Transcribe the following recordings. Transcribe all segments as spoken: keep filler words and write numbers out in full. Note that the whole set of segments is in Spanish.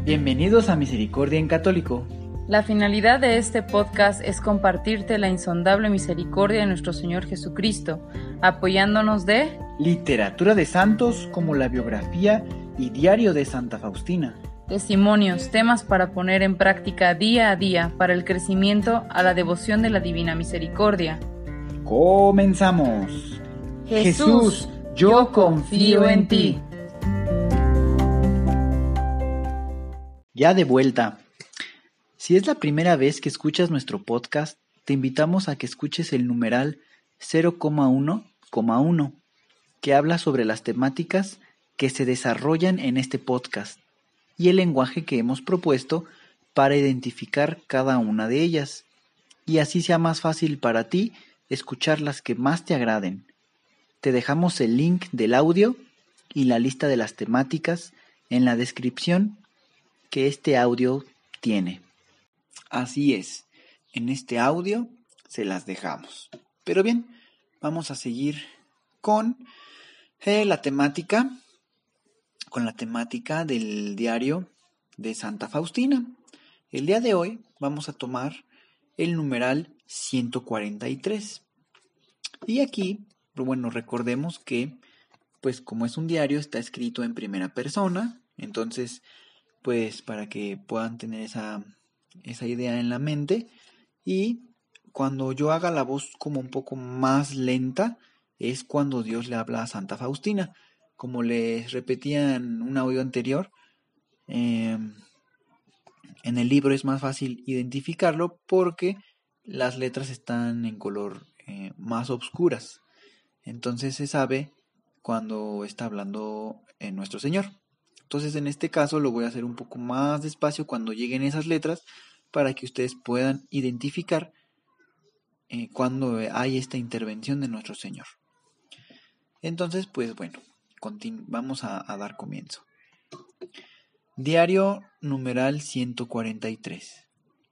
Bienvenidos a Misericordia en Católico. La finalidad de este podcast es compartirte la insondable misericordia de nuestro Señor Jesucristo, apoyándonos de literatura de santos como la biografía y diario de Santa Faustina, testimonios, temas para poner en práctica día a día para el crecimiento a la devoción de la Divina Misericordia. ¡Comenzamos! Jesús, yo confío en ti. Ya de vuelta. Si es la primera vez que escuchas nuestro podcast, te invitamos a que escuches el numeral cero coma uno coma uno, que habla sobre las temáticas que se desarrollan en este podcast y el lenguaje que hemos propuesto para identificar cada una de ellas, y así sea más fácil para ti escuchar las que más te agraden. Te dejamos el link del audio y la lista de las temáticas en la descripción que este audio tiene. Así es, en este audio se las dejamos. Pero bien, vamos a seguir con eh, la temática, con la temática del diario de Santa Faustina. El día de hoy vamos a tomar el numeral ciento cuarenta y tres. Y aquí, bueno, recordemos que, pues como es un diario, está escrito en primera persona, entonces pues para que puedan tener esa, esa idea en la mente. Y cuando yo haga la voz como un poco más lenta, es cuando Dios le habla a Santa Faustina. Como les repetía en un audio anterior, eh, en el libro es más fácil identificarlo porque las letras están en color eh, más oscuras. Entonces se sabe cuando está hablando eh, nuestro Señor. Entonces en este caso lo voy a hacer un poco más despacio cuando lleguen esas letras para que ustedes puedan identificar eh, cuando hay esta intervención de nuestro Señor. Entonces pues bueno, continu- vamos a, a dar comienzo. Diario numeral ciento cuarenta y tres.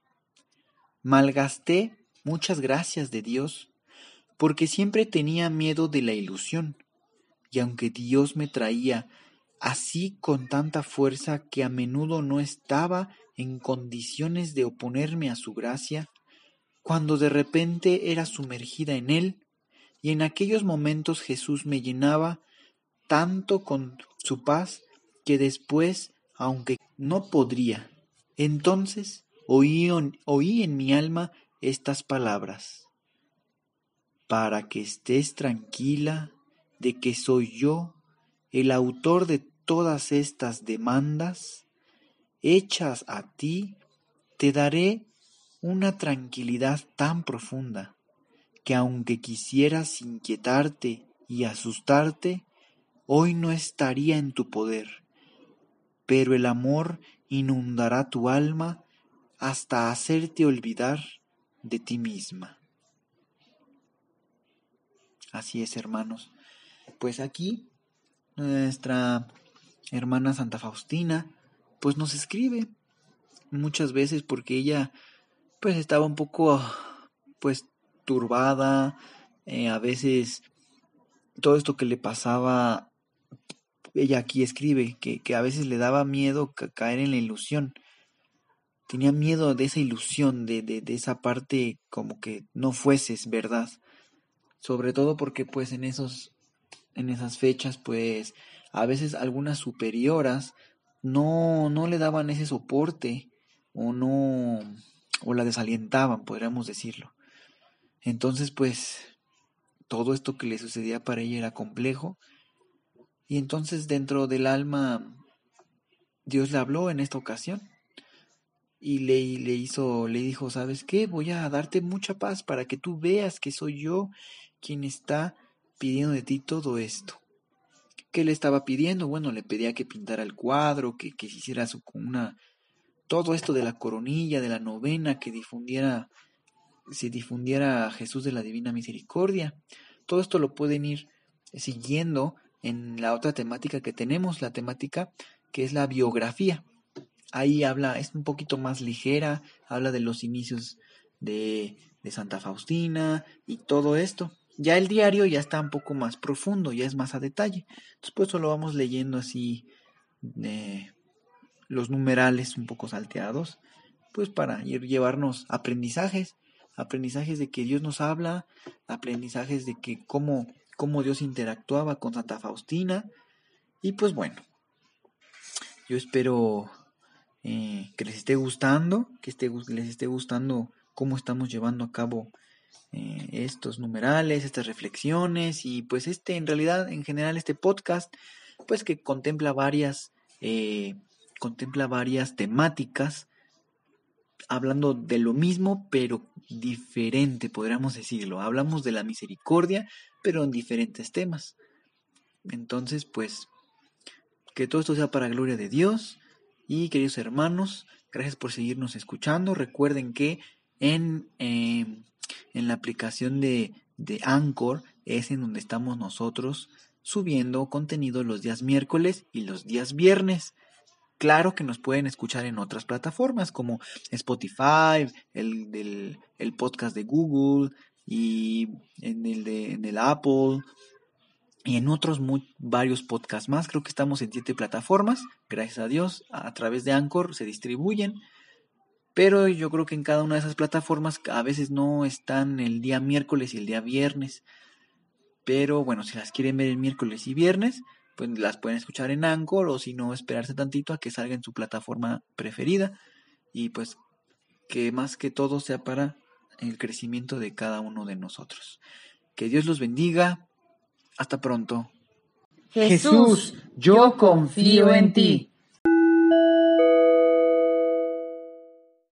Malgasté muchas gracias de Dios porque siempre tenía miedo de la ilusión, y aunque Dios me traía así con tanta fuerza que a menudo no estaba en condiciones de oponerme a su gracia, cuando de repente era sumergida en él, y en aquellos momentos Jesús me llenaba tanto con su paz que después, aunque no podría, entonces oí, oí en mi alma estas palabras: para que estés tranquila de que soy yo el autor de todas estas demandas hechas a ti, te daré una tranquilidad tan profunda que aunque quisieras inquietarte y asustarte, hoy no estaría en tu poder, pero el amor inundará tu alma hasta hacerte olvidar de ti misma. Así es, hermanos. Pues aquí nuestra hermana Santa Faustina pues nos escribe muchas veces porque ella pues estaba un poco pues turbada, eh, a veces todo esto que le pasaba, ella aquí escribe que, que a veces le daba miedo ca- caer en la ilusión, tenía miedo de esa ilusión, de, de, de esa parte como que no fueses verdad, sobre todo porque pues en esos en esas fechas pues a veces algunas superioras no, no le daban ese soporte o no o la desalientaban, podríamos decirlo. Entonces pues todo esto que le sucedía para ella era complejo, y entonces dentro del alma Dios le habló en esta ocasión y le, le hizo, le dijo: ¿sabes qué? Voy a darte mucha paz para que tú veas que soy yo quien está pidiendo de ti todo esto. ¿Qué le estaba pidiendo? Bueno, le pedía que pintara el cuadro, que, que hiciera su, una, todo esto de la coronilla, de la novena, que difundiera, se difundiera a Jesús de la Divina Misericordia. Todo esto lo pueden ir siguiendo en la otra temática que tenemos, la temática que es la biografía. Ahí habla, es un poquito más ligera, habla de los inicios de, de Santa Faustina y todo esto. Ya el diario ya está un poco más profundo, ya es más a detalle. Entonces pues solo vamos leyendo así, eh, los numerales un poco salteados, pues para ir llevarnos aprendizajes, aprendizajes de que Dios nos habla, aprendizajes de que cómo, cómo Dios interactuaba con Santa Faustina. Y pues bueno, yo espero eh, que les esté gustando, que esté, les esté gustando cómo estamos llevando a cabo eh, estos numerales, estas reflexiones y pues este, en realidad, en general este podcast, pues que contempla varias, eh, contempla varias temáticas, hablando de lo mismo, pero diferente, podríamos decirlo. Hablamos de la misericordia, pero en diferentes temas. Entonces, pues, que todo esto sea para gloria de Dios. Y queridos hermanos, gracias por seguirnos escuchando. Recuerden que en, eh, en la aplicación de, de Anchor es en donde estamos nosotros subiendo contenido los días miércoles y los días viernes. Claro que nos pueden escuchar en otras plataformas como Spotify, el, del, el podcast de Google y en el de en el Apple y en otros muy, varios podcasts más. Creo que estamos en siete plataformas, gracias a Dios, a través de Anchor se distribuyen, pero yo creo que en cada una de esas plataformas a veces no están el día miércoles y el día viernes, pero bueno, si las quieren ver el miércoles y viernes, pues las pueden escuchar en Anchor, o si no, esperarse tantito a que salga en su plataforma preferida, y pues que más que todo sea para el crecimiento de cada uno de nosotros. Que Dios los bendiga. Hasta pronto. Jesús, yo confío en ti.